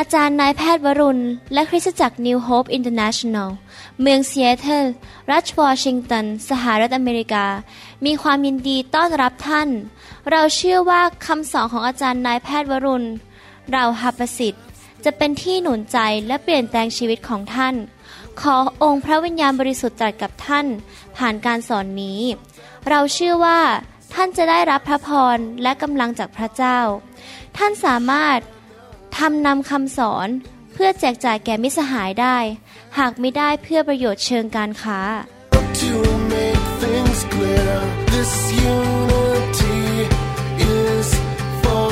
อาจารย์นายแพทย์วรุณและคริสตจักร New Hope International เมืองซีแอตเทิลรัฐวอชิงตันสหรัฐอเมริกามีความยินดีต้อนรับท่านเราเชื่อว่าคำสอนของอาจารย์นายแพทย์วรุณเราหประสิทธิ์จะเป็นที่หนุนใจและเปลี่ยนแปลงชีวิตของท่านขอองค์พระวิญญาณบริสุทธิ์ตรัสกับท่านผ่านการสอนนี้เราเชื่อว่าท่านจะได้รับพระพรและกำลังจากพระเจ้าท่านสามารถนำคำสอนเพื่อแจกจ่ายแก่มิตรสหายได้หากไม่ได้เพื่อประโยชน์เชิงการค้า To make things clear, this unity is for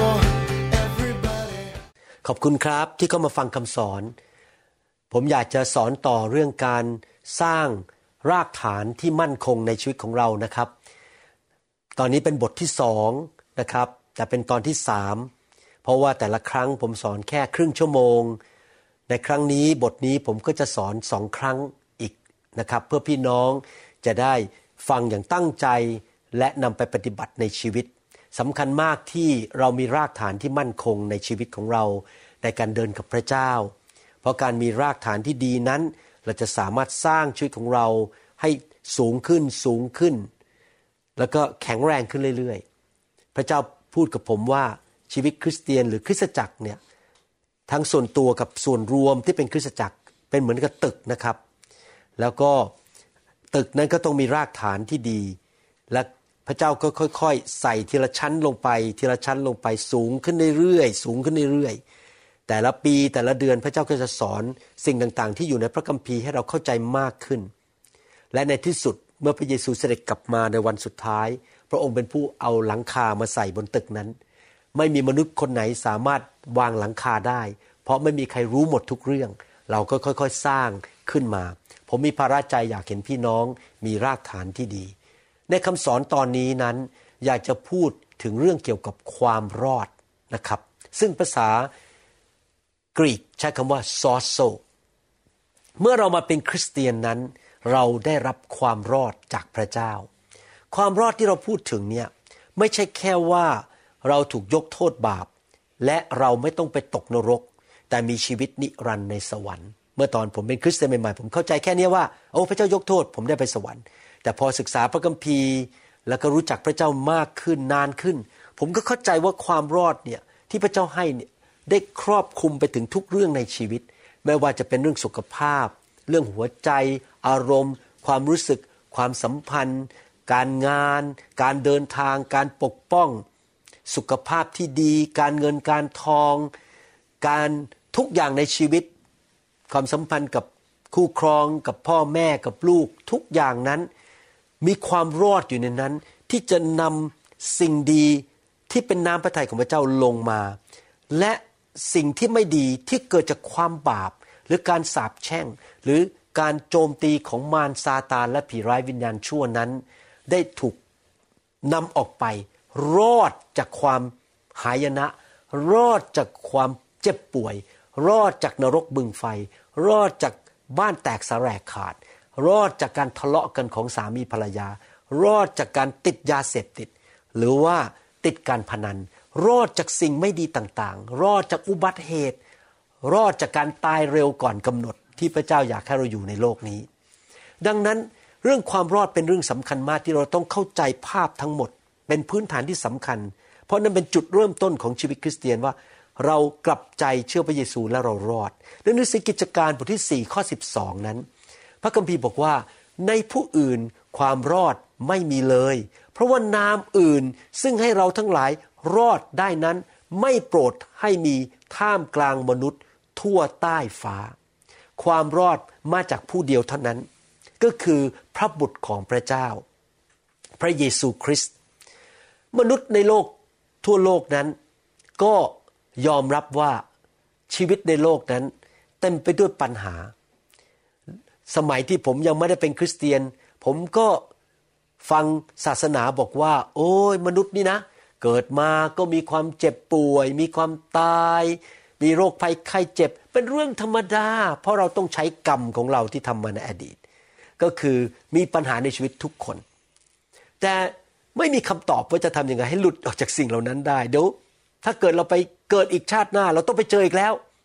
everybody. ขอบคุณครับที่เข้ามาฟังคำสอนผมอยากจะสอนต่อเรื่องการสร้างรากฐานที่มั่นคงในชีวิตของเรานะครับตอนนี้เป็นบทที่2นะครับแต่เป็นตอนที่3เพราะว่าแต่ละครั้งผมสอนแค่ครึ่งชั่วโมงในครั้งนี้บทนี้ผมก็จะสอน2ครั้งอีกนะครับเพื่อพี่น้องจะได้ฟังอย่างตั้งใจและนำไปปฏิบัติในชีวิตสำคัญมากที่เรามีรากฐานที่มั่นคงในชีวิตของเราในการเดินกับพระเจ้าเพราะการมีรากฐานที่ดีนั้นเราจะสามารถสร้างชีวิตของเราให้สูงขึ้นแล้วก็แข็งแรงขึ้นเรื่อยๆพระเจ้าพูดกับผมว่าชีวิตคริสเตียนหรือคริสตจักรเนี่ยทั้งส่วนตัวกับส่วนรวมที่เป็นคริสตจักรเป็นเหมือนกับตึกนะครับแล้วก็ตึกนั้นก็ต้องมีรากฐานที่ดีและพระเจ้าก็ค่อยๆใส่ทีละชั้นลงไปสูงขึ้นเรื่อยๆแต่ละปีแต่ละเดือนพระเจ้าก็จะสอนสิ่งต่างๆที่อยู่ในพระคัมภีร์ให้เราเข้าใจมากขึ้นและในที่สุดเมื่อพระเยซูเสด็จกลับมาในวันสุดท้ายพระองค์เป็นผู้เอาหลังคามาใส่บนตึกนั้นไม่มีมนุษย์คนไหนสามารถวางหลังคาได้เพราะไม่มีใครรู้หมดทุกเรื่องเราก็ค่อยๆสร้างขึ้นมาผมมีภาระใจอยากเห็นพี่น้องมีรากฐานที่ดีในคำสอนตอนนี้นั้นอยากจะพูดถึงเรื่องเกี่ยวกับความรอดนะครับซึ่งภาษากรีกใช้คำว่าซอโซเมื่อเรามาเป็นคริสเตียนนั้นเราได้รับความรอดจากพระเจ้าความรอดที่เราพูดถึงเนี่ยไม่ใช่แค่ว่าเราถูกยกโทษบาปและเราไม่ต้องไปตกนรกแต่มีชีวิตนิรันดร์ในสวรรค์เมื่อตอนผมเป็นคริสเตียนใหม่ๆผมเข้าใจแค่นี้ว่าโอ้พระเจ้ายกโทษผมได้ไปสวรรค์แต่พอศึกษาพระคัมภีร์แล้วก็รู้จักพระเจ้ามากขึ้นนานขึ้นผมก็เข้าใจว่าความรอดเนี่ยที่พระเจ้าให้เนี่ยได้ครอบคลุมไปถึงทุกเรื่องในชีวิตไม่ว่าจะเป็นเรื่องสุขภาพเรื่องหัวใจอารมณ์ความรู้สึกความสัมพันธ์การงานการเดินทางการปกป้องสุขภาพที่ดีการเงินการทองการทุกอย่างในชีวิตความสัมพันธ์กับคู่ครองกับพ่อแม่กับลูกทุกอย่างนั้นมีความรอดอยู่ในนั้นที่จะนำสิ่งดีที่เป็นน้ำพระทัยของพระเจ้าลงมาและสิ่งที่ไม่ดีที่เกิดจากความบาปหรือการสาปแช่งหรือการโจมตีของมารซาตานและผีร้ายวิญญาณชั่วนั้นได้ถูกนำออกไปรอดจากความหายนะรอดจากความเจ็บป่วยรอดจากนรกบึงไฟรอดจากบ้านแตกสาแหรกขาดรอดจากการทะเลาะกันของสามีภรรยารอดจากการติดยาเสพติดหรือว่าติดการพนันรอดจากสิ่งไม่ดีต่างๆรอดจากอุบัติเหตุรอดจากการตายเร็วก่อนกำหนดที่พระเจ้าอยากให้เราอยู่ในโลกนี้ดังนั้นเรื่องความรอดเป็นเรื่องสำคัญมากที่เราต้องเข้าใจภาพทั้งหมดเป็นพื้นฐานที่สำคัญเพราะนั่นเป็นจุดเริ่มต้นของชีวิตคริสเตียนว่าเรากลับใจเชื่อพระเยซูและเรารอดในหนังสือกิจการบทที่4ข้อ12นั้นพระคัมภีร์บอกว่าในผู้อื่นความรอดไม่มีเลยเพราะว่านามอื่นซึ่งให้เราทั้งหลายรอดได้นั้นไม่โปรดให้มีท่ามกลางมนุษย์ทั่วใต้ฟ้าความรอดมาจากผู้เดียวเท่านั้นก็คือพระบุตรของพระเจ้าพระเยซูคริสต์มนุษย์ในโลกทั่วโลกนั้นก็ยอมรับว่าชีวิตในโลกนั้นเต็มไปด้วยปัญหาสมัยที่ผมยังไม่ได้เป็นคริสเตียนผมก็ฟังศาสนาบอกว่าโอ้ยมนุษย์นี่นะเกิดมาก็มีความเจ็บป่วยมีความตายมีโรคภัยไข้เจ็บเป็นเรื่องธรรมดาเพราะเราต้องใช้กรรมของเราที่ทำมาในอดีตก็คือมีปัญหาในชีวิตทุกคนแต่ไม่มีคำตอบว่าจะทำยังไงให้หลุดออกจากสิ่งเหล่านั้นได้เดี๋ยวถ้าเกิดเราไปเกิดอีกชาติหน้าเราต้องไปเจออีกแล้ว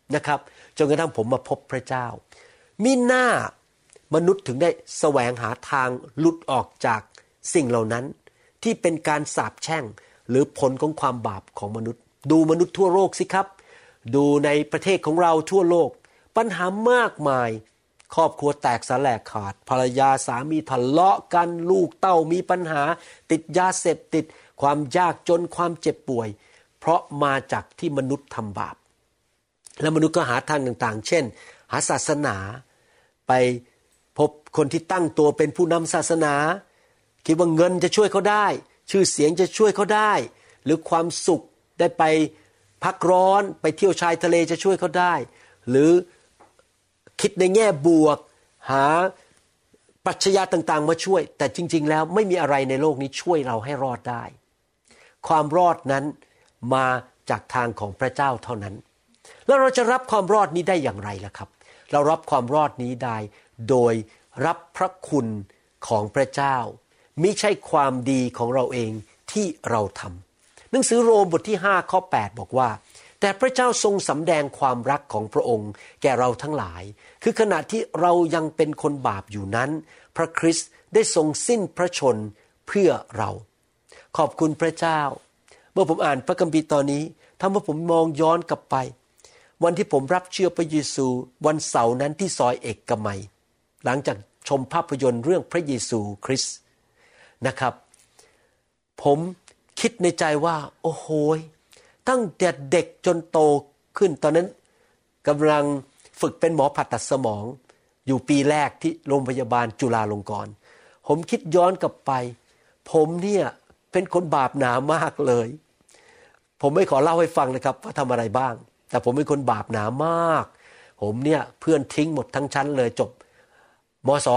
นะครับจนกระทั่งผมมาพบพระเจ้ามิน่ามนุษย์ถึงได้แสวงหาทางหลุดออกจากสิ่งเหล่านั้นที่เป็นการสาปแช่งหรือผลของความบาปของมนุษย์ดูมนุษย์ทั่วโลกสิครับดูในประเทศของเราทั่วโลกปัญหามากมายครอบครัวแตกสลายขาดภรรยาสามีทะเลาะกันลูกเต้ามีปัญหาติดยาเสพติดความยากจนความเจ็บป่วยเพราะมาจากที่มนุษย์ทำบาปและมนุษย์ก็หาทางต่างๆเช่นหาศาสนาไปพบคนที่ตั้งตัวเป็นผู้นำศาสนาคิดว่าเงินจะช่วยเขาได้ชื่อเสียงจะช่วยเขาได้หรือความสุขได้ไปพักร้อนไปเที่ยวชายทะเลจะช่วยเขาได้หรือคิดในแง่บวกหาปรัชญาต่างๆมาช่วยแต่จริงๆแล้วไม่มีอะไรในโลกนี้ช่วยเราให้รอดได้ความรอดนั้นมาจากทางของพระเจ้าเท่านั้นแล้วเราจะรับความรอดนี้ได้อย่างไรล่ะครับเรารับความรอดนี้ได้โดยรับพระคุณของพระเจ้ามิใช่ความดีของเราเองที่เราทำหนังสือโรมบทที่5ข้อ8บอกว่าแต่พระเจ้าทรงสำแดงความรักของพระองค์แก่เราทั้งหลายคือขณะที่เรายังเป็นคนบาปอยู่นั้นพระคริสต์ได้ทรงสิ้นพระชนเพื่อเราขอบคุณพระเจ้าเมื่อผมอ่านพระคัมภีร์ตอนนี้ทำให้ผมมองย้อนกลับไปวันที่ผมรับเชื่อพระเยซูวันเสาร์นั้นที่ซอยเอกมัยหลังจากชมภาพยนตร์เรื่องพระเยซูคริสต์นะครับผมคิดในใจว่าโอ้โหตั้งแต่เด็กจนโตขึ้นตอนนั้นกำลังฝึกเป็นหมอผ่าตัดสมองอยู่ปีแรกที่โรงพยาบาลจุฬาลงกรณ์ผมคิดย้อนกลับไปผมเนี่ยเป็นคนบาปหนามากเลยผมไม่ขอเล่าให้ฟังนะครับว่าทำอะไรบ้างแต่ผมเป็นคนบาปหนามากผมเนี่ยเพื่อนทิ้งหมดทั้งชั้นเลยจบมศ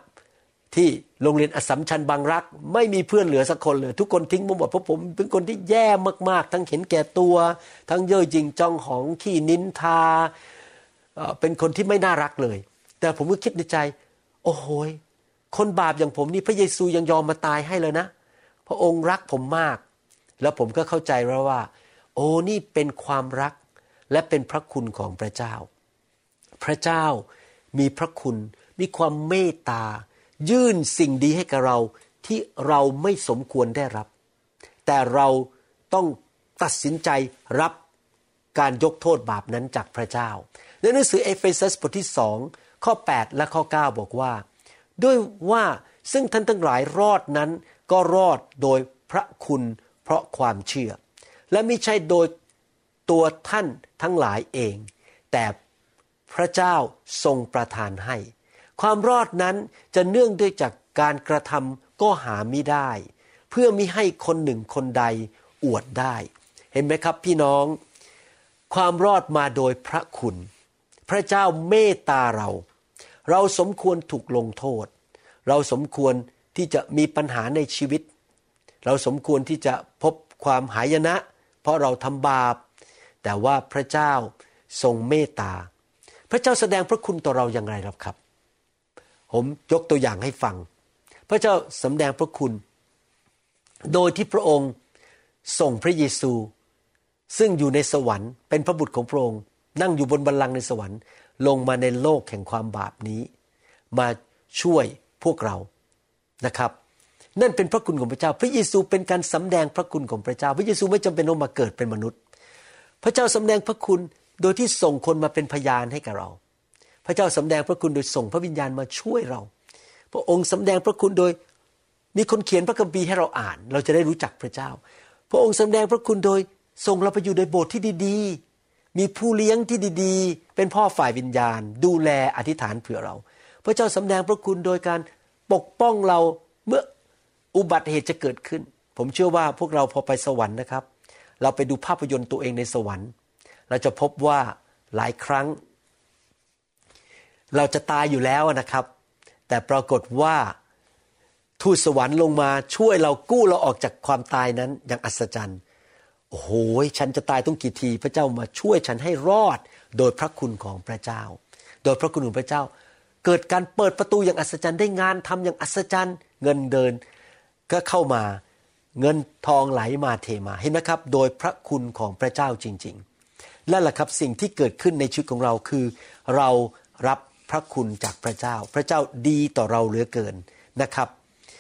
.5 ที่โรงเรียนอัสสัมชัญบางรักไม่มีเพื่อนเหลือสักคนเลยทุกคนทิ้งผมหมดเพราะผมเป็นคนที่แย่มากๆทั้งเห็นแก่ตัวทั้งเย่อหยิ่งจองหองขี้นินทาเป็นคนที่ไม่น่ารักเลยแต่ผมก็คิดในใจโอ้โหคนบาปอย่างผมนี่พระเยซูยังยอมมาตายให้เลยนะพระองค์รักผมมากแล้วผมก็เข้าใจแล้วว่าโอ้นี่เป็นความรักและเป็นพระคุณของพระเจ้าพระเจ้ามีพระคุณมีความเมตตายื่นสิ่งดีให้กับเราที่เราไม่สมควรได้รับแต่เราต้องตัดสินใจรับการยกโทษบาปนั้นจากพระเจ้าในหนังสือเอเฟซัสบทที่2ข้อ8และข้อ9บอกว่าด้วยว่าซึ่งท่านทั้งหลายรอดนั้นก็รอดโดยพระคุณเพราะความเชื่อและไม่ใช่โดยตัวท่านทั้งหลายเองแต่พระเจ้าทรงประทานให้ความรอดนั้นจะเนื่องด้วยจากการกระทำก็หาไม่ได้เพื่อมิให้คนหนึ่งคนใดอวดได้เห็นไหมครับพี่น้องความรอดมาโดยพระคุณพระเจ้าเมตตาเราสมควรถูกลงโทษเราสมควรที่จะมีปัญหาในชีวิตเราสมควรที่จะพบความหายนะเพราะเราทำบาปแต่ว่าพระเจ้าทรงเมตตาพระเจ้าแสดงพระคุณต่อเราอย่างไรครับผมยกตัวอย่างให้ฟังพระเจ้าแสดงพระคุณโดยที่พระองค์ส่งพระเยซูซึ่งอยู่ในสวรรค์เป็นพระบุตรของพระองค์นั่งอยู่บนบัลลังก์ในสวรรค์ลงมาในโลกแห่งความบาปนี้มาช่วยพวกเรานะครับนั่นเป็นพระคุณของพระเจ้าพระเยซูเป็นการสำแดงพระคุณของพระเจ้าพระเยซูไม่จำเป็นต้องมาเกิดเป็นมนุษย์พระเจ้าสำแดงพระคุณโดยที่ส่งคนมาเป็นพยานให้กับเราพระเจ้าสำแดงพระคุณโดยส่งพระวิญญาณมาช่วยเราพระองค์สำแดงพระคุณโดยมีคนเขียนพระคัมภีร์ให้เราอ่านเราจะได้รู้จักพระเจ้าพระองค์สำแดงพระคุณโดยส่งเราไปอยู่ในโบสถ์ที่ดีๆมีผู้เลี้ยงที่ดีๆเป็นพ่อฝ่ายวิญญาณดูแลอธิษฐานเผื่อเราพระเจ้าสำแดงพระคุณโดยการปกป้องเราเมื่ออุบัติเหตุจะเกิดขึ้นผมเชื่อว่าพวกเราพอไปสวรรค์นะครับเราไปดูภาพยนตร์ตัวเองในสวรรค์เราจะพบว่าหลายครั้งเราจะตายอยู่แล้วนะครับแต่ปรากฏว่าทูตสวรรค์ลงมาช่วยเรากู้เราออกจากความตายนั้นอย่างอัศจรรย์โอ้โหฉันจะตายต้องกี่ทีพระเจ้ามาช่วยฉันให้รอดโดยพระคุณของพระเจ้าโดยพระคุณของพระเจ้าเกิดการเปิดประตูอย่างอัศจรรย์ได้งานทำอย่างอัศจรรย์เงินเดินก็เข้ามาเงินทองไหลมาเทมาเห็นไหมครับโดยพระคุณของพระเจ้าจริงนั่นแหละครับสิ่งที่เกิดขึ้นในชีวิตของเราคือเรารับพระคุณจากพระเจ้าพระเจ้าดีต่อเราเหลือเกินนะครับ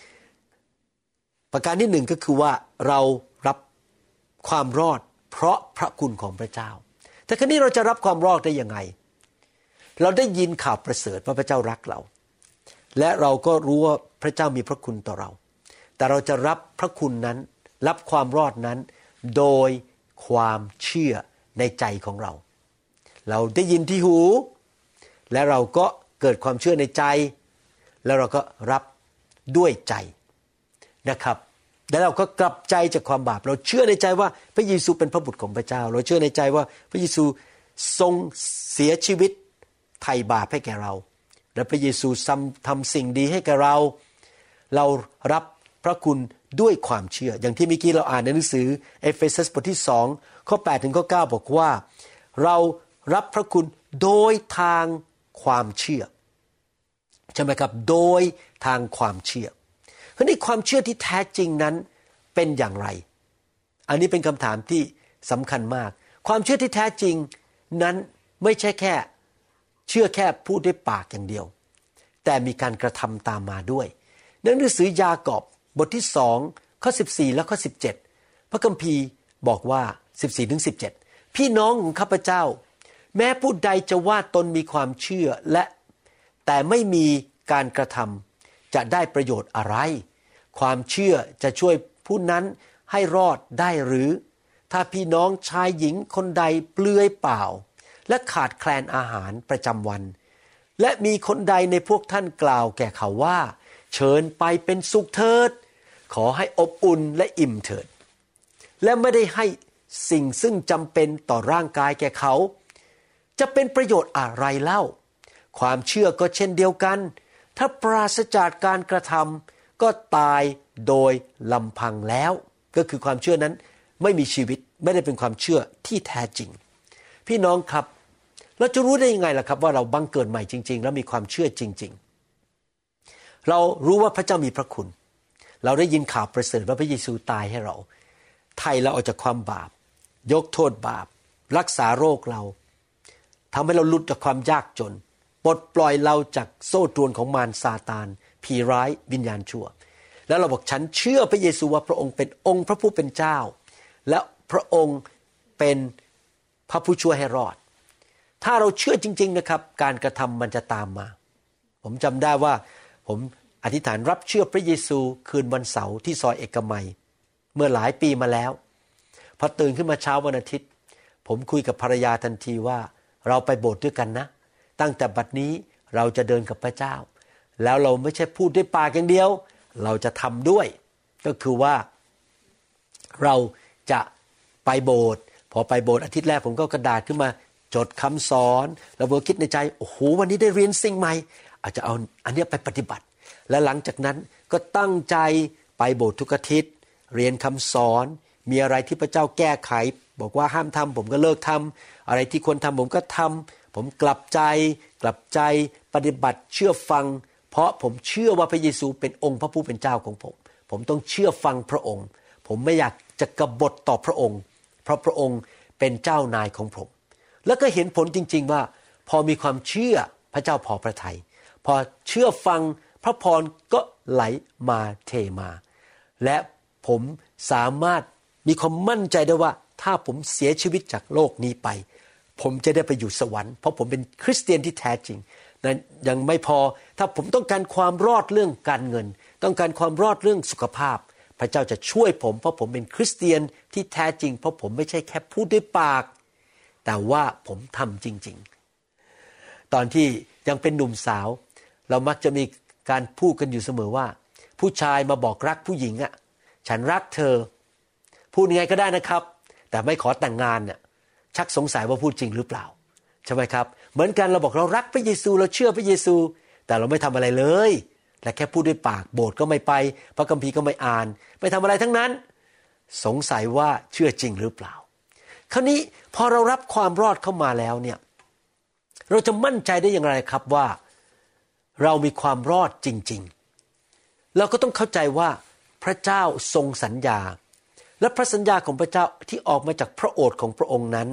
ประการที่หนึ่งก็คือว่าเรารับความรอดเพราะพระคุณของพระเจ้าแต่คราวนี้เราจะรับความรอดได้ยังไงเราได้ยินข่าวประเสริฐว่าพระเจ้ารักเราและเราก็รู้ว่าพระเจ้ามีพระคุณต่อเราแต่เราจะรับพระคุณนั้นรับความรอดนั้นโดยความเชื่อในใจของเราเราได้ยินที่หูและเราก็เกิดความเชื่อในใจแล้วเราก็รับด้วยใจนะครับแล้วเราก็กลับใจจากความบาปเราเชื่อในใจว่าพระเยซูเป็นพระบุตรของพระเจ้าเราเชื่อในใจว่าพระเยซูทรงเสียชีวิตไถ่บาปให้แก่เราและพระเยซูทำสิ่งดีให้แก่เราเรารับพระคุณด้วยความเชื่ออย่างที่เมื่อกี้เราอ่านในหนังสือเอเฟซัสบทที่2ข้อ8ถึงข้อ9บอกว่าเรารับพระคุณโดยทางความเชื่อใช่ไหมครับโดยทางความเชื่อคราวนี้ความเชื่อที่แท้จริงนั้นเป็นอย่างไรอันนี้เป็นคำถามที่สำคัญมากความเชื่อที่แท้จริงนั้นไม่ใช่แค่เชื่อแค่พูดด้วยปากอย่างเดียวแต่มีการกระทำตามมาด้วยในหนังสือยากอบบทที่2ข้อ14และข้อ17พระคัมภีร์บอกว่า14ถึง17พี่น้องของข้าพเจ้าแม้ผู้ใดจะว่าตนมีความเชื่อและแต่ไม่มีการกระทำจะได้ประโยชน์อะไรความเชื่อจะช่วยผู้นั้นให้รอดได้หรือถ้าพี่น้องชายหญิงคนใดเปลือยเปล่าและขาดแคลนอาหารประจำวันและมีคนใดในพวกท่านกล่าวแก่เขาว่าเชิญไปเป็นสุขเถิดขอให้อบอุ่นและอิ่มเถิดและไม่ได้ให้สิ่งซึ่งจำเป็นต่อร่างกายแก่เขาจะเป็นประโยชน์อะไรเล่าความเชื่อก็เช่นเดียวกันถ้าปราศจากการกระทำก็ตายโดยลำพังแล้วก็คือความเชื่อนั้นไม่มีชีวิตไม่ได้เป็นความเชื่อที่แท้จริงพี่น้องครับเราจะรู้ได้ยังไงล่ะครับว่าเราบังเกิดใหม่จริงๆแล้วมีความเชื่อจริงๆเรารู้ว่าพระเจ้ามีพระคุณเราได้ยินข่าวประเสริฐว่าพระเยซูตายให้เราไถ่เราออกจากความบาปยกโทษบาปรักษาโรคเราทำให้เราหลุดจากความยากจนปลดปล่อยเราจากโซ่ตรวนของมารซาตานผีร้ายวิญญาณชั่วแล้วเราบอกฉันเชื่อพระเยซูว่าพระองค์เป็นองค์พระผู้เป็นเจ้าและพระองค์เป็นพระผู้ช่วยให้รอดถ้าเราเชื่อจริงๆนะครับการกระทำมันจะตามมาผมจำได้ว่าผมอธิษฐานรับเชื่อพระเยซูคืนวันเสาร์ที่ซอยเอกมัยเมื่อหลายปีมาแล้วพอตื่นขึ้นมาเช้าวันอาทิตย์ผมคุยกับภรรยาทันทีว่าเราไปโบสถ์ด้วยกันนะตั้งแต่บัดนี้เราจะเดินกับพระเจ้าแล้วเราไม่ใช่พูดด้วยปากอย่างเดียวเราจะทำด้วยก็คือว่าเราจะไปโบสถ์พอไปโบสถ์อาทิตย์แรกผมก็กระดาษขึ้นมาจดคำสอนแล้วผมคิดในใจโอ้โหวันนี้ได้เรียนสิ่งใหม่อาจจะเอาอันนี้ไปปฏิบัติและหลังจากนั้นก็ตั้งใจไปโบสถ์ทุกอาทิตย์เรียนคำสอนมีอะไรที่พระเจ้าแก้ไขบอกว่าห้ามทำผมก็เลิกทำอะไรที่ควรทำผมก็ทำผมกลับใจปฏิบัติเชื่อฟังเพราะผมเชื่อว่าพระเยซูเป็นองค์พระผู้เป็นเจ้าของผมต้องเชื่อฟังพระองค์ผมไม่อยากจะกบฏต่อพระองค์เพราะพระองค์เป็นเจ้านายของผมแล้วก็เห็นผลจริงๆว่าพอมีความเชื่อพระเจ้าพอพระทัยพอเชื่อฟังพระพรก็ไหลมาเทมาและผมสามารถมีความมั่นใจได้ว่าถ้าผมเสียชีวิตจากโลกนี้ไปผมจะได้ไปอยู่สวรรค์เพราะผมเป็นคริสเตียนที่แท้จริงนั้นยังไม่พอถ้าผมต้องการความรอดเรื่องการเงินต้องการความรอดเรื่องสุขภาพพระเจ้าจะช่วยผมเพราะผมเป็นคริสเตียนที่แท้จริงเพราะผมไม่ใช่แค่พูดด้วยปากแต่ว่าผมทำจริงๆตอนที่ยังเป็นหนุ่มสาวเรามักจะมีการพูดกันอยู่เสมอว่าผู้ชายมาบอกรักผู้หญิงอ่ะฉันรักเธอพูดยังไงก็ได้นะครับแต่ไม่ขอแต่งงานเนี่ยชักสงสัยว่าพูดจริงหรือเปล่าใช่ไหมครับเหมือนกันเราบอกเรารักพระเยซูเราเชื่อพระเยซูแต่เราไม่ทำอะไรเลยและแค่พูดด้วยปากโบสถ์ก็ไม่ไปพระคัมภีร์ก็ไม่อ่านไม่ทำอะไรทั้งนั้นสงสัยว่าเชื่อจริงหรือเปล่าคราวนี้พอเรารับความรอดเข้ามาแล้วเนี่ยเราจะมั่นใจได้อย่างไรครับว่าเรามีความรอดจริงๆเราก็ต้องเข้าใจว่าพระเจ้าทรงสัญญาและพระสัญญาของพระเจ้าที่ออกมาจากพระโอษฐ์ของพระองค์นั้น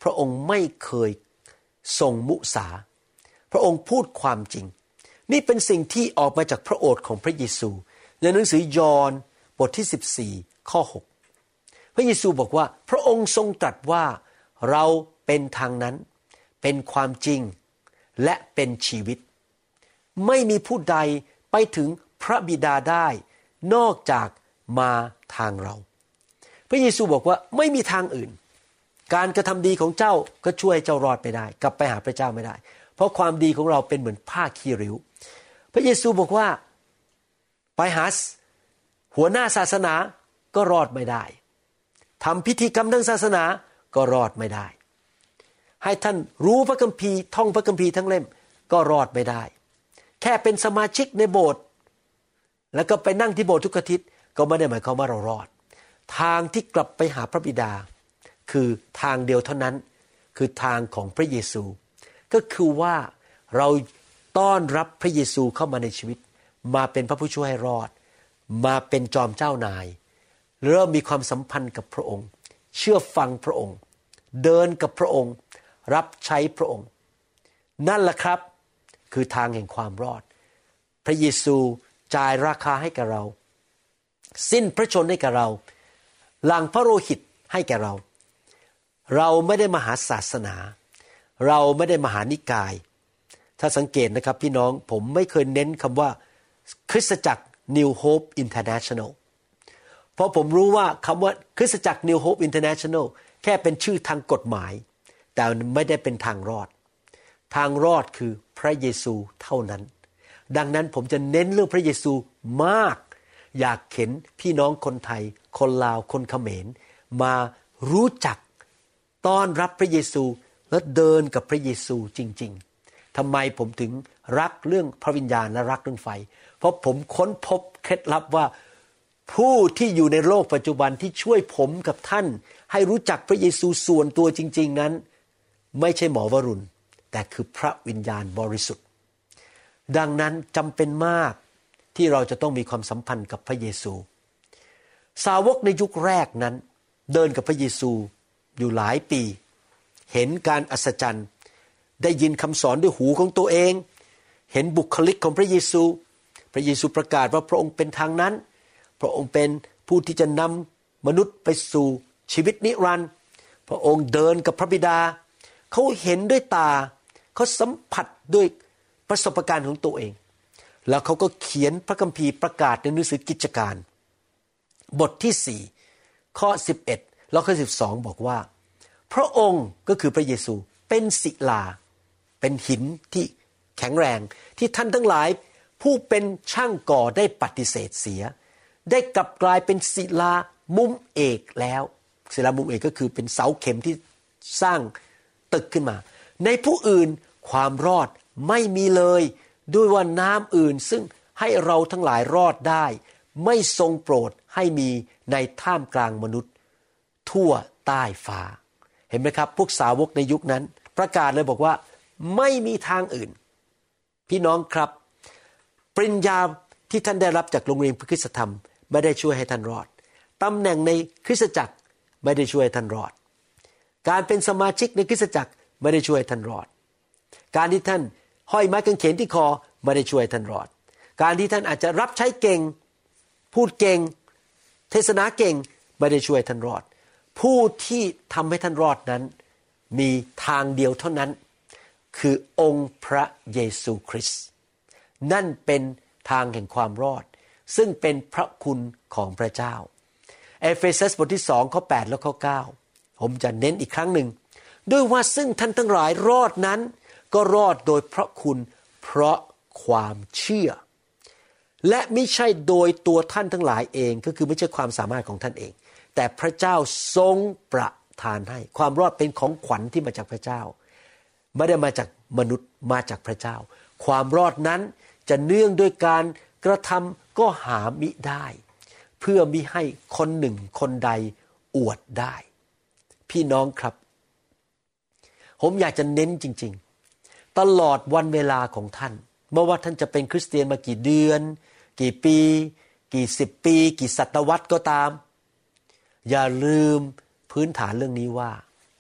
พระองค์ไม่เคยทรงมุสาพระองค์พูดความจริงนี่เป็นสิ่งที่ออกมาจากพระโอษฐ์ของพระเยซูในหนังสือยอห์นบทที่14ข้อ6พระเยซูบอกว่าพระองค์ทรงตรัสว่าเราเป็นทางนั้นเป็นความจริงและเป็นชีวิตไม่มีผู้ใดไปถึงพระบิดาได้นอกจากมาทางเราพระเยซูบอกว่าไม่มีทางอื่นการกระทำดีของเจ้าก็ช่วยเจ้ารอดไม่ได้กลับไปหาพระเจ้าไม่ได้เพราะความดีของเราเป็นเหมือนผ้าขี้ริ้วพระเยซูบอกว่าไปหาหัวหน้าศาสนาก็รอดไม่ได้ทำพิธีกรรมทางศาสนาก็รอดไม่ได้ให้ท่านรู้พระคัมภีร์ท่องพระคัมภีร์ทั้งเล่มก็รอดไม่ได้แค่เป็นสมาชิกในโบสถ์แล้วก็ไปนั่งที่โบสถ์ทุกอาทิตย์ก็ไม่ได้หมายความว่าเรารอดทางที่กลับไปหาพระบิดาคือทางเดียวเท่านั้นคือทางของพระเยซูก็คือว่าเราต้อนรับพระเยซูเข้ามาในชีวิตมาเป็นพระผู้ช่วยให้รอดมาเป็นจอมเจ้านายเริ่มมีความสัมพันธ์กับพระองค์เชื่อฟังพระองค์เดินกับพระองค์รับใช้พระองค์นั่นแหละครับคือทางแห่งความรอดพระเยซูจ่ายราคาให้กับเราสิ้นพระชนม์ให้กับเราหลั่งพระโลหิตให้แก่เราเราไม่ได้มาหาศาสนาเราไม่ได้มาหานิกายถ้าสังเกตนะครับพี่น้องผมไม่เคยเน้นคำว่าคริสตจักร New Hope International เพราะผมรู้ว่าคำว่าคริสตจักร New Hope International แค่เป็นชื่อทางกฎหมายแต่ไม่ได้เป็นทางรอดทางรอดคือพระเยซูเท่านั้นดังนั้นผมจะเน้นเรื่องพระเยซูมากอยากเห็นพี่น้องคนไทยคนลาวคนเขมรมารู้จักต้อนรับพระเยซูและเดินกับพระเยซูจริงๆทำไมผมถึงรักเรื่องพระวิญญาณและรักเรื่องไฟเพราะผมค้นพบเคล็ดลับว่าผู้ที่อยู่ในโลกปัจจุบันที่ช่วยผมกับท่านให้รู้จักพระเยซูส่วนตัวจริงๆนั้นไม่ใช่หมอวรุณแต่คือพระวิญญาณบริสุทธิ์ดังนั้นจำเป็นมากที่เราจะต้องมีความสัมพันธ์กับพระเยซูสาวกในยุคแรกนั้นเดินกับพระเยซูอยู่หลายปีเห็นการอัศจรรย์ได้ยินคำสอนด้วยหูของตัวเองเห็นบุคลิกของพระเยซูพระเยซูประกาศว่าพระองค์เป็นทางนั้นพระองค์เป็นผู้ที่จะนำมนุษย์ไปสู่ชีวิตนิรันดร์พระองค์เดินกับพระบิดาเขาเห็นด้วยตาเขาสัมผัสด้วยประสบการณ์ของตัวเองแล้วเขาก็เขียนพระคัมภีร์ประกาศในหนังสือกิจการบทที่4ข้อ11แล้วข้อ12บอกว่าพระองค์ก็คือพระเยซูเป็นศิลาเป็นหินที่แข็งแรงที่ท่านทั้งหลายผู้เป็นช่างก่อได้ปฏิเสธเสียได้กลับกลายเป็นศิลามุมเอกแล้วศิลามุมเอกก็คือเป็นเสาเข็มที่สร้างตึกขึ้นมาในผู้อื่นความรอดไม่มีเลยด้วยว่าน้ำอื่นซึ่งให้เราทั้งหลายรอดได้ไม่ทรงโปรดให้มีในท่ามกลางมนุษย์ทั่วใต้ฟ้าเห็นไหมครับพวกสาวกในยุคนั้นประกาศเลยบอกว่าไม่มีทางอื่นพี่น้องครับปริญญาที่ท่านได้รับจากโรงเรียนพระคริสตธรรมไม่ได้ช่วยให้ท่านรอดตำแหน่งในคริสตจักรไม่ได้ช่วยให้ท่านรอดการเป็นสมาชิกในคริสตจักรไม่ได้ช่วยให้ท่านรอดการที่ท่านห้อยไม้กางเขนที่คอไม่ได้ช่วยให้ท่านรอดการที่ท่านอาจจะรับใช้เก่งพูดเก่งเทศนาเก่งไม่ได้ช่วยให้ท่านรอดผู้ที่ทำให้ท่านรอดนั้นมีทางเดียวเท่านั้นคือองค์พระเยซูคริสต์นั่นเป็นทางแห่งความรอดซึ่งเป็นพระคุณของพระเจ้าเอเฟซัสบทที่2ข้อ8และข้อ9ผมจะเน้นอีกครั้งหนึ่งด้วยว่าซึ่งท่านทั้งหลายรอดนั้นก็รอดโดยพระคุณเพราะความเชื่อและไม่ใช่โดยตัวท่านทั้งหลายเองก็คือไม่ใช่ความสามารถของท่านเองแต่พระเจ้าทรงประทานให้ความรอดเป็นของขวัญที่มาจากพระเจ้าไม่ได้มาจากมนุษย์มาจากพระเจ้าความรอดนั้นจะเนื่องด้วยการกระทำก็หามิได้เพื่อมิให้คนหนึ่งคนใดอวดได้พี่น้องครับผมอยากจะเน้นจริงๆตลอดวันเวลาของท่านไม่ว่าท่านจะเป็นคริสเตียนมากี่เดือนกี่ปีกี่สิบปีกี่ศตวรรษก็ตามอย่าลืมพื้นฐานเรื่องนี้ว่า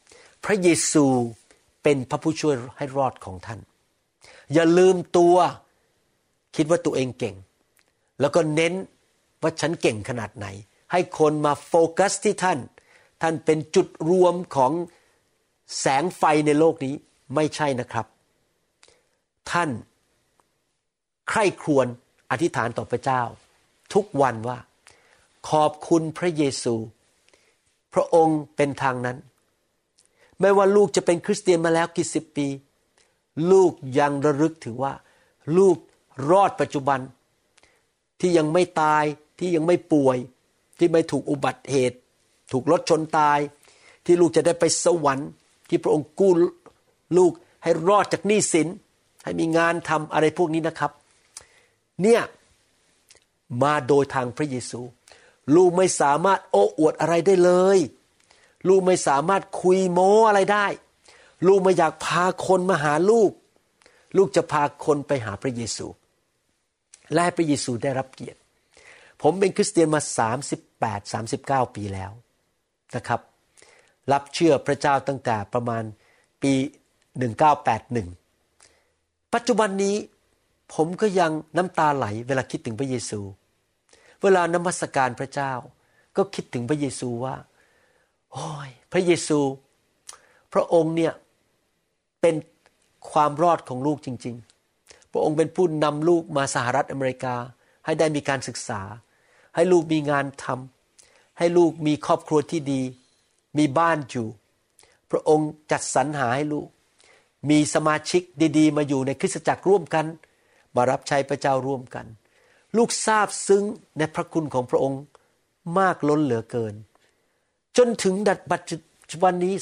พระเยซูเป็นพระผู้ช่วยให้รอดของท่านอย่าลืมตัวคิดว่าตัวเองเก่งแล้วก็เน้นว่าฉันเก่งขนาดไหนให้คนมาโฟกัสที่ท่านเป็นจุดรวมของแสงไฟในโลกนี้ไม่ใช่นะครับท่านใคร่ครวญอธิษฐานต่อพระเจ้าทุกวันว่าขอบคุณพระเยซูพระองค์เป็นทางนั้นไม่ว่าลูกจะเป็นคริสเตียนมาแล้วกี่สิบปีลูกยังระลึกถึงว่าลูกรอดปัจจุบันที่ยังไม่ตายที่ยังไม่ป่วยที่ไม่ถูกอุบัติเหตุถูกรถชนตายที่ลูกจะได้ไปสวรรค์ที่พระองค์กู้ลูกให้รอดจากหนี้สินให้มีงานทำอะไรพวกนี้นะครับเนี่ยมาโดยทางพระเยซูลูกไม่สามารถโอ้อวดอะไรได้เลยลูกไม่สามารถคุยโม้อะไรได้ลูกไม่อยากพาคนมาหาลูกจะพาคนไปหาพระเยซูและให้พระเยซูได้รับเกียรติผมเป็นคริสเตียนมา38-39 ปีแล้วนะครับรับเชื่อพระเจ้าตั้งแต่ประมาณปี1981ปัจจุบันนี้ผมก็ยังน้ำตาไหลเวลาคิดถึงพระเยซูเวลานมัสการพระเจ้าก็คิดถึงพระเยซูว่าโอ้ยพระเยซูพระองค์เนี่ยเป็นความรอดของลูกจริงๆพระองค์เป็นผู้นำลูกมาสหรัฐอเมริกาให้ได้มีการศึกษาให้ลูกมีงานทำให้ลูกมีครอบครัวที่ดีมีบ้านอยู่พระองค์จัดสรรหาให้ลูกมีสมาชิกดีๆมาอยู่ในคริสตจักรร่วมกันมารับใช้พระเจ้าร่วมกันลูกซาบซึ้งในพระคุณของพระองค์มากล้นเหลือเกินจนถึงปัจจุบันนี้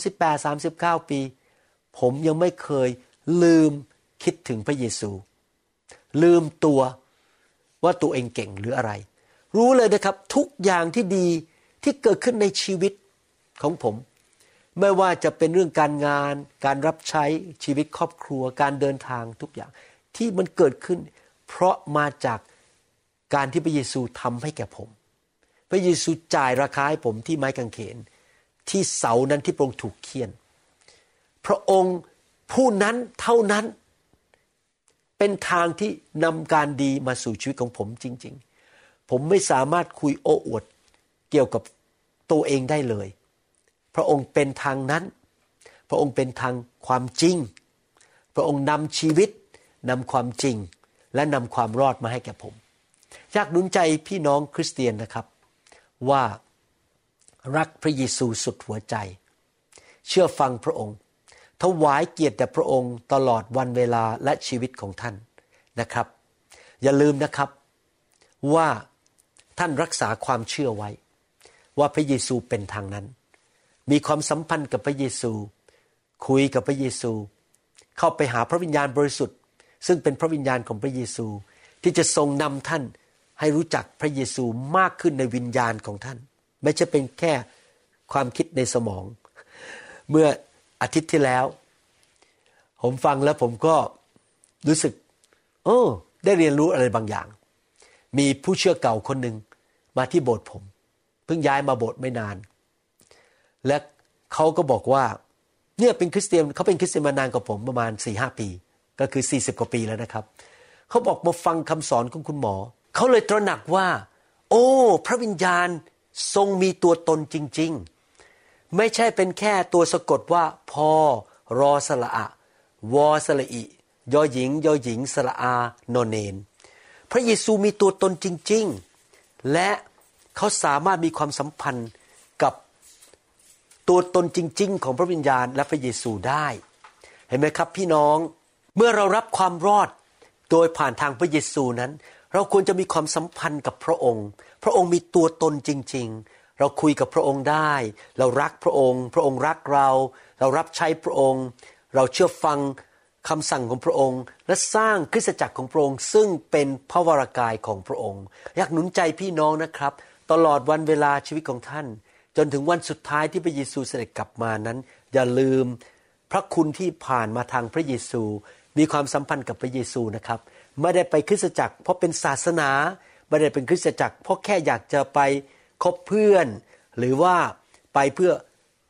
38-39 ปีผมยังไม่เคยลืมคิดถึงพระเยซูลืมตัวว่าตัวเองเก่งหรืออะไรรู้เลยนะครับทุกอย่างที่ดีที่เกิดขึ้นในชีวิตของผมไม่ว่าจะเป็นเรื่องการงานการรับใช้ชีวิตครอบครัวการเดินทางทุกอย่างที่มันเกิดขึ้นเพราะมาจากการที่พระเยซูทำให้แก่ผมพระเยซูจ่ายราคาให้ผมที่ไม้กางเขนที่เสานั้นที่พระองค์ถูกเฆี่ยนพระองค์ผู้นั้นเท่านั้นเป็นทางที่นำการดีมาสู่ชีวิตของผมจริงๆผมไม่สามารถคุยโอ้อวดเกี่ยวกับตัวเองได้เลยพระองค์เป็นทางนั้นพระองค์เป็นทางความจริงพระองค์นำชีวิตนำความจริงและนำความรอดมาให้แก่ผมอยากหนุนใจพี่น้องคริสเตียนนะครับว่ารักพระเยซูสุดหัวใจเชื่อฟังพระองค์ถวายเกียรติแด่พระองค์ตลอดวันเวลาและชีวิตของท่านนะครับอย่าลืมนะครับว่าท่านรักษาความเชื่อไว้ว่าพระเยซูเป็นทางนั้นมีความสัมพันธ์กับพระเยซูคุยกับพระเยซูเข้าไปหาพระวิญญาณบริสุทธิ์ซึ่งเป็นพระวิญญาณของพระเยซูที่จะทรงนำท่านให้รู้จักพระเยซูมากขึ้นในวิญญาณของท่านไม่ใช่เป็นแค่ความคิดในสมองเมื่ออาทิตย์ที่แล้วผมฟังแล้วผมก็รู้สึกได้เรียนรู้อะไรบางอย่างมีผู้เชื่อเก่าคนหนึ่งมาที่โบสถ์ผมเพิ่งย้ายมาโบสถ์ไม่นานและเขาก็บอกว่าเนี่ยเป็นคริสเตียนเขาเป็นคริสเตียนมานานกว่าผมประมาณ 4-5 ปีก็คือ40กว่าปีแล้วนะครับเขาบอกมาฟังคำสอนของคุณหมอเขาเลยตระหนักว่าโอ้พระวิญญาณทรงมีตัวตนจริงๆไม่ใช่เป็นแค่ตัวสะกดว่าพอรอสระอะวอสระอิยอหญิงยอหญิงสระอานอนเนนพระเยซูมีตัวตนจริงๆและเขาสามารถมีความสัมพันธ์กับตัวตนจริงๆของพระวิญญาณและพระเยซูได้เห็นไหมครับพี่น้องเมื่อเรารับความรอดโดยผ่านทางพระเยซูนั้นเราควรจะมีความสัมพันธ์กับพระองค์พระองค์มีตัวตนจริงๆเราคุยกับพระองค์ได้เรารักพระองค์พระองค์รักเราเรารับใช้พระองค์เราเชื่อฟังคำสั่งของพระองค์และสร้างคริสตจักรของพระองค์ซึ่งเป็นพระวรากายของพระองค์อยากหนุนใจพี่น้องนะครับตลอดวันเวลาชีวิตของท่านจนถึงวันสุดท้ายที่พระเยซูเสด็จกลับมานั้นอย่าลืมพระคุณที่ผ่านมาทางพระเยซูมีความสัมพันธ์กับพระเยซูนะครับไม่ได้ไปคริสตจักรเพราะเป็นศาสนาไม่ได้เป็นคริสตจักรเพราะแค่อยากจะไปคบเพื่อนหรือว่าไปเพื่อ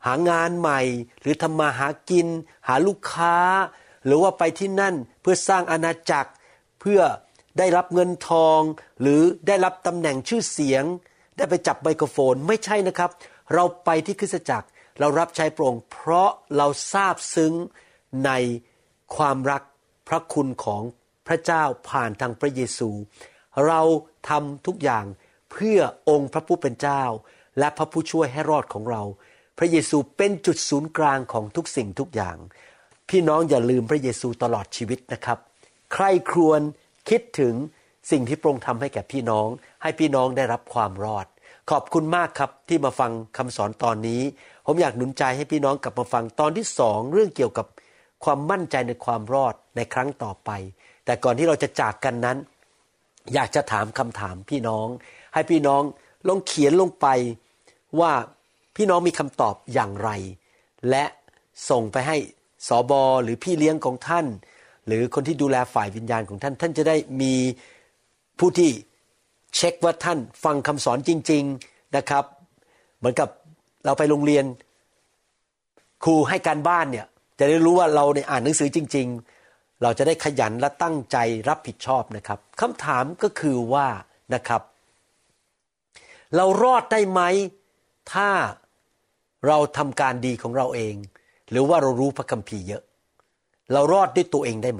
หางานใหม่หรือทำมาหากินหาลูกค้าหรือว่าไปที่นั่นเพื่อสร้างอาณาจักรเพื่อได้รับเงินทองหรือได้รับตำแหน่งชื่อเสียงได้ไปจับไมโครโฟนไม่ใช่นะครับเราไปที่คริสตจักรเรารับใช้พระองค์เพราะเราซาบซึ้งในความรักพระคุณของพระเจ้าผ่านทางพระเยซูเราทำทุกอย่างเพื่อองค์พระผู้เป็นเจ้าและพระผู้ช่วยให้รอดของเราพระเยซูเป็นจุดศูนย์กลางของทุกสิ่งทุกอย่างพี่น้องอย่าลืมพระเยซูตลอดชีวิตนะครับใคร่ครวญคิดถึงสิ่งที่พระองค์ทำให้แก่พี่น้องให้พี่น้องได้รับความรอดขอบคุณมากครับที่มาฟังคำสอนตอนนี้ผมอยากหนุนใจให้พี่น้องกลับมาฟังตอนที่2เรื่องเกี่ยวกับความมั่นใจในความรอดในครั้งต่อไปแต่ก่อนที่เราจะจากกันนั้นอยากจะถามคำถามพี่น้องให้พี่น้องลองเขียนลงไปว่าพี่น้องมีคำตอบอย่างไรและส่งไปให้สบหรือพี่เลี้ยงของท่านหรือคนที่ดูแลฝ่ายวิญญาณของท่านท่านจะได้มีผู้ที่เช็คว่าท่านฟังคำสอนจริงๆนะครับเหมือนกับเราไปโรงเรียนครูให้การบ้านเนี่ยจะได้รู้ว่าเราเนี่ยอ่านหนังสือจริงๆเราจะได้ขยันและตั้งใจรับผิดชอบนะครับคำถามก็คือว่านะครับเรารอดได้ไหมถ้าเราทำการดีของเราเองหรือว่าเรารู้พระคัมภีร์เยอะเรารอดด้วยตัวเองได้ไหม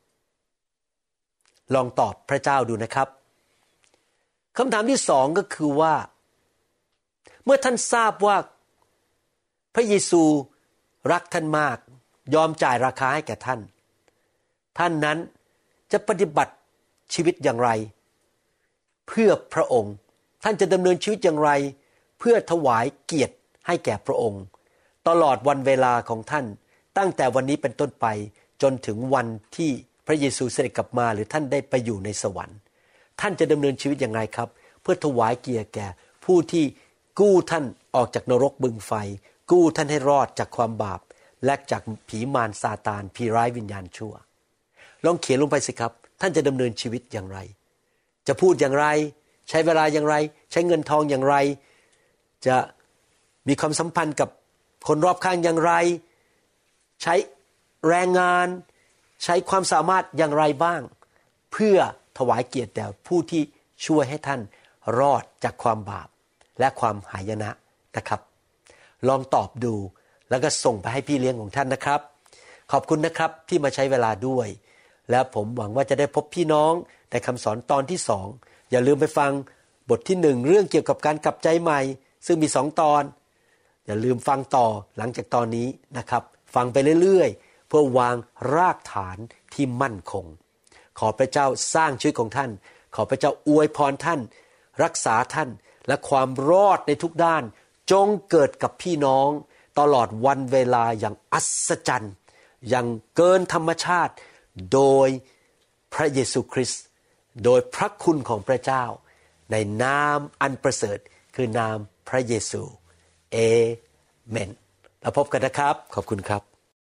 ลองตอบพระเจ้าดูนะครับคำถามที่2ก็คือว่าเมื่อท่านทราบว่าพระเยซูรักท่านมากยอมจ่ายราคาให้แก่ท่านท่านนั้นจะปฏิบัติชีวิตอย่างไรเพื่อพระองค์ท่านจะดำเนินชีวิตอย่างไรเพื่อถวายเกียรติให้แก่พระองค์ตลอดวันเวลาของท่านตั้งแต่วันนี้เป็นต้นไปจนถึงวันที่พระเยซูเสด็จกลับมาหรือท่านได้ไปอยู่ในสวรรค์ท่านจะดำเนินชีวิตอย่างไรครับเพื่อถวายเกียรติแก่ผู้ที่กู้ท่านออกจากนรกบึงไฟกู้ท่านให้รอดจากความบาปและจากผีมารซาตานผีร้ายวิญญาณชั่วลองเขียนลงไปสิครับท่านจะดำเนินชีวิตอย่างไรจะพูดอย่างไรใช้เวลาอย่างไรใช้เงินทองอย่างไรจะมีความสัมพันธ์กับคนรอบข้างอย่างไรใช้แรงงานใช้ความสามารถอย่างไรบ้างเพื่อถวายเกียรติแด่ผู้ที่ช่วยให้ท่านรอดจากความบาปและความหายนะนะครับลองตอบดูแล้วก็ส่งไปให้พี่เลี้ยงของท่านนะครับขอบคุณนะครับที่มาใช้เวลาด้วยและผมหวังว่าจะได้พบพี่น้องในคำสอนตอนที่2อย่าลืมไปฟังบทที่1เรื่องเกี่ยวกับการกลับใจใหม่ซึ่งมี2ตอนอย่าลืมฟังต่อหลังจากตอนนี้นะครับฟังไปเรื่อยๆเพื่อวางรากฐานที่มั่นคงขอพระเจ้าสร้างชีวิตของท่านขอพระเจ้าอวยพรท่านรักษาท่านและความรอดในทุกด้านจงเกิดกับพี่น้องตลอดวันเวลาอย่างอัศจรรย์อย่างเกินธรรมชาติโดยพระเยซูคริสต์โดยพระคุณของพระเจ้าในนามอันประเสริฐคือนามพระเยซูเอเมนแล้วพบกันนะครับขอบคุณครับ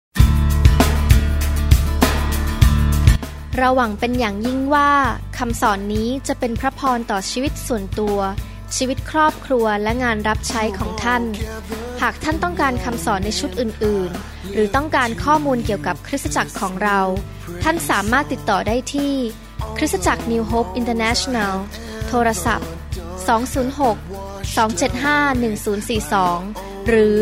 เราหวังเป็นอย่างยิ่งว่าคำสอนนี้จะเป็นพระพรต่อชีวิตส่วนตัวชีวิตครอบครัวและงานรับใช้ของท่านหากท่านต้องการคำสอนในชุดอื่นๆหรือต้องการข้อมูลเกี่ยวกับคริสตจักรของเราท่านสามารถติดต่อได้ที่คริสตจักร New Hope International โทรศัพท์206-275-1042หรือ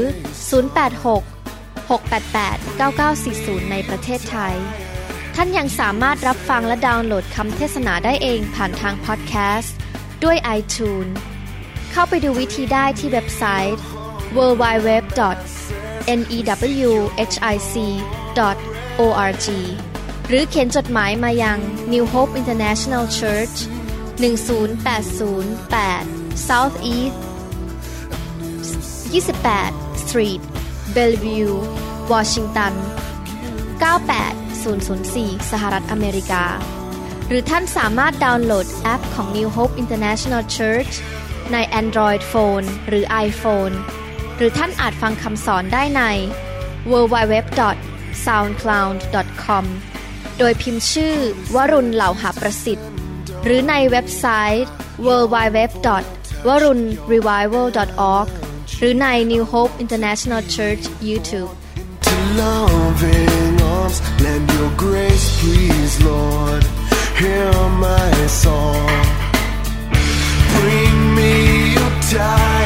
086-688-9940ในประเทศไทยท่านยังสามารถรับฟังและดาวน์โหลดคำเทศนาได้เองผ่านทางพอดแคสต์ด้วย iTunes เข้าไปดูวิธีได้ที่เว็บไซต์ www.newhic.org หรือเขียนจดหมายมายัง New Hope International Church 10808 South East 28 Street Bellevue Washington 98004 สหรัฐอเมริกาหรือท่านสามารถดาวน์โหลดแอปของ New Hope International Church ใน Android Phone หรือ iPhone หรือท่านอาจฟังคำสอนได้ใน www.soundcloud.com โดยพิมพ์ชื่อวรุณเหล่าหาประสิทธิ์หรือในเว็บไซต์ www.warunrevival.org หรือใน New Hope International Church YouTube To loving arms, lend your grace, please, Lord. Hear my song. Bring me your tide.